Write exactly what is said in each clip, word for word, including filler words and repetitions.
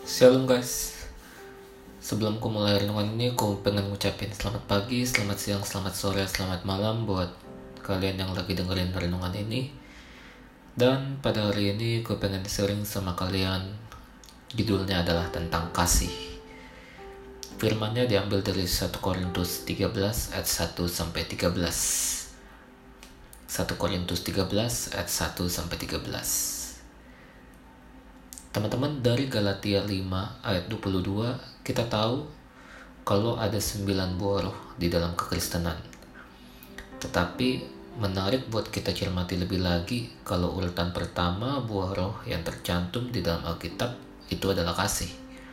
Shalom guys. Sebelum aku mulai renungan ini, aku pengen ngucapin selamat pagi, selamat siang, selamat sore, selamat malam buat kalian yang lagi dengerin renungan ini. Dan pada hari ini aku pengen sharing sama kalian. Judulnya adalah tentang kasih. Firmannya diambil dari satu Korintus tiga belas ayat satu sampai tiga belas. satu Korintus tiga belas ayat satu sampai tiga belas. Teman-teman, dari Galatia lima ayat dua puluh dua kita tahu kalau ada sembilan buah roh di dalam kekristenan. Tetapi menarik buat kita cermati lebih lagi kalau urutan pertama buah roh yang tercantum di dalam Alkitab itu adalah kasih.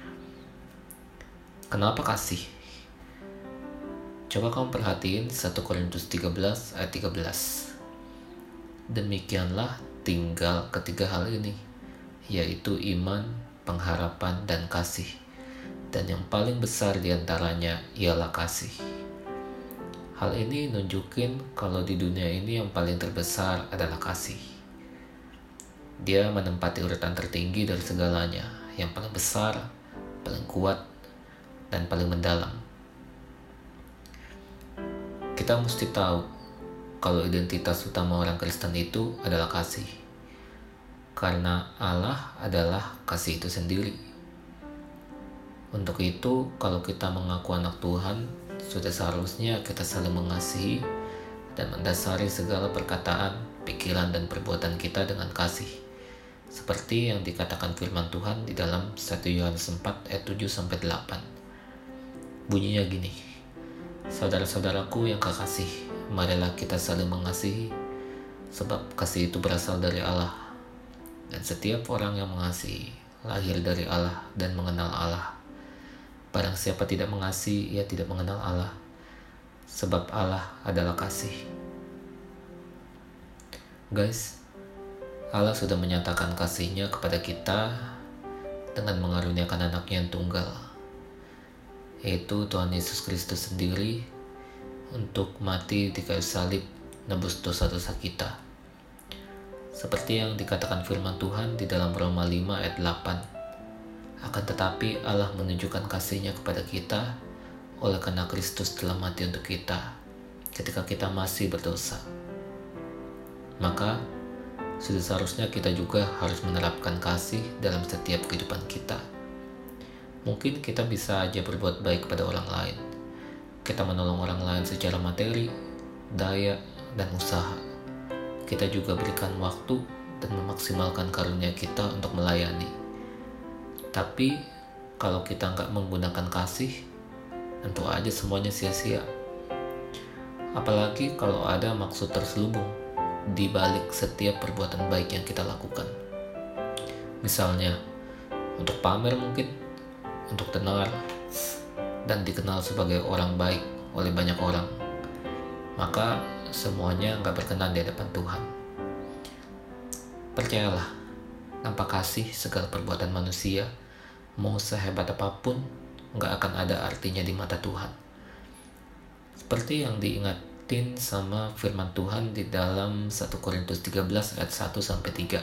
Kenapa kasih? Coba kamu perhatiin satu Korintus tiga belas ayat tiga belas. Demikianlah tinggal ketiga hal ini, yaitu iman, pengharapan, dan kasih. Dan yang paling besar diantaranya ialah kasih. Hal ini nunjukin kalau di dunia ini yang paling terbesar adalah kasih. Dia menempati urutan tertinggi dari segalanya, yang paling besar, paling kuat, dan paling mendalam. Kita mesti tahu kalau identitas utama orang Kristen itu adalah kasih. Karena Allah adalah kasih itu sendiri. Untuk itu, kalau kita mengaku anak Tuhan, sudah seharusnya kita saling mengasihi dan mendasari segala perkataan, pikiran, dan perbuatan kita dengan kasih. Seperti yang dikatakan firman Tuhan di dalam satu Yohanes empat ayat tujuh sampai delapan. Bunyinya gini, saudara-saudaraku yang kekasih, marilah kita saling mengasihi, sebab kasih itu berasal dari Allah. Dan setiap orang yang mengasihi lahir dari Allah dan mengenal Allah. Barang siapa tidak mengasihi, ia tidak mengenal Allah, sebab Allah adalah kasih. Guys, Allah sudah menyatakan kasih-Nya kepada kita dengan mengaruniakan anaknya yang tunggal, yaitu Tuhan Yesus Kristus sendiri, untuk mati di kayu salib nebus dosa-dosa kita. Seperti yang dikatakan firman Tuhan di dalam Roma lima ayat delapan. Akan tetapi Allah menunjukkan kasih-Nya kepada kita oleh karena Kristus telah mati untuk kita ketika kita masih berdosa. Maka sudah seharusnya kita juga harus menerapkan kasih dalam setiap kehidupan kita. Mungkin kita bisa aja berbuat baik kepada orang lain. Kita menolong orang lain secara materi, daya, dan usaha. Kita juga berikan waktu dan memaksimalkan karunia kita untuk melayani. Tapi kalau kita nggak menggunakan kasih, tentu aja semuanya sia-sia. Apalagi kalau ada maksud terselubung di balik setiap perbuatan baik yang kita lakukan. Misalnya, untuk pamer mungkin, untuk tenar, dan dikenal sebagai orang baik oleh banyak orang. Maka semuanya nggak berkenan di hadapan Tuhan. Percayalah, tanpa kasih segala perbuatan manusia, mau sehebat apapun, nggak akan ada artinya di mata Tuhan. Seperti yang diingatin sama firman Tuhan di dalam satu Korintus tiga belas ayat satu sampai tiga.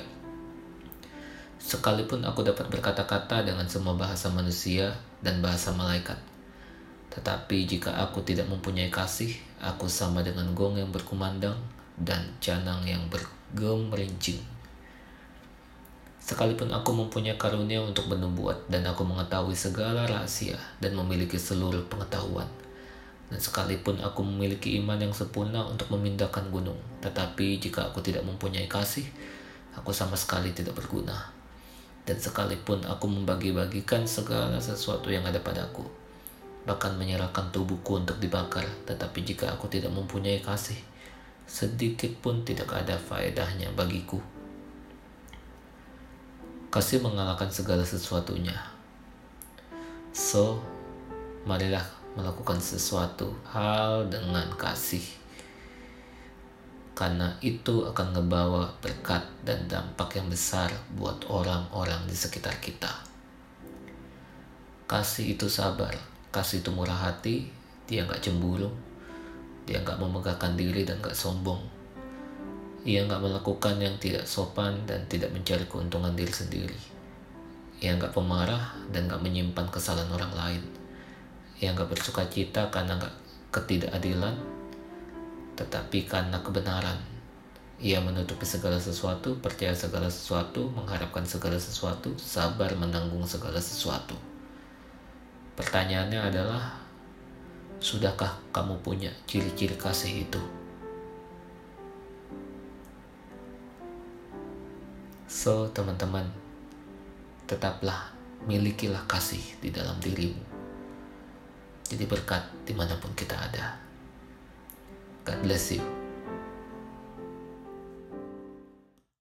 Sekalipun aku dapat berkata-kata dengan semua bahasa manusia dan bahasa malaikat, tetapi jika aku tidak mempunyai kasih, aku sama dengan gong yang berkumandang dan canang yang bergemerincing. Sekalipun aku mempunyai karunia untuk bernubuat, dan aku mengetahui segala rahasia dan memiliki seluruh pengetahuan, dan sekalipun aku memiliki iman yang sempurna untuk memindahkan gunung, tetapi jika aku tidak mempunyai kasih, aku sama sekali tidak berguna. Dan sekalipun aku membagi-bagikan segala sesuatu yang ada padaku, bahkan menyerahkan tubuhku untuk dibakar, tetapi jika aku tidak mempunyai kasih, sedikit pun tidak ada faedahnya bagiku. Kasih mengalahkan segala sesuatunya. So, marilah melakukan sesuatu hal dengan kasih, karena itu akan ngebawa berkat dan dampak yang besar buat orang-orang di sekitar kita. Kasih itu sabar. Kasih itu murah hati, dia gak cemburu, dia gak memegahkan diri dan gak sombong. Ia gak melakukan yang tidak sopan dan tidak mencari keuntungan diri sendiri. yang gak pemarah dan gak menyimpan kesalahan orang lain, yang gak bersuka cita karena gak ketidakadilan, tetapi karena kebenaran. Ia menutupi segala sesuatu, percaya segala sesuatu, mengharapkan segala sesuatu, sabar menanggung segala sesuatu. Pertanyaannya adalah, sudahkah kamu punya ciri-ciri kasih itu? So, teman-teman, tetaplah milikilah kasih di dalam dirimu. Jadi berkat dimanapun kita ada. God bless you.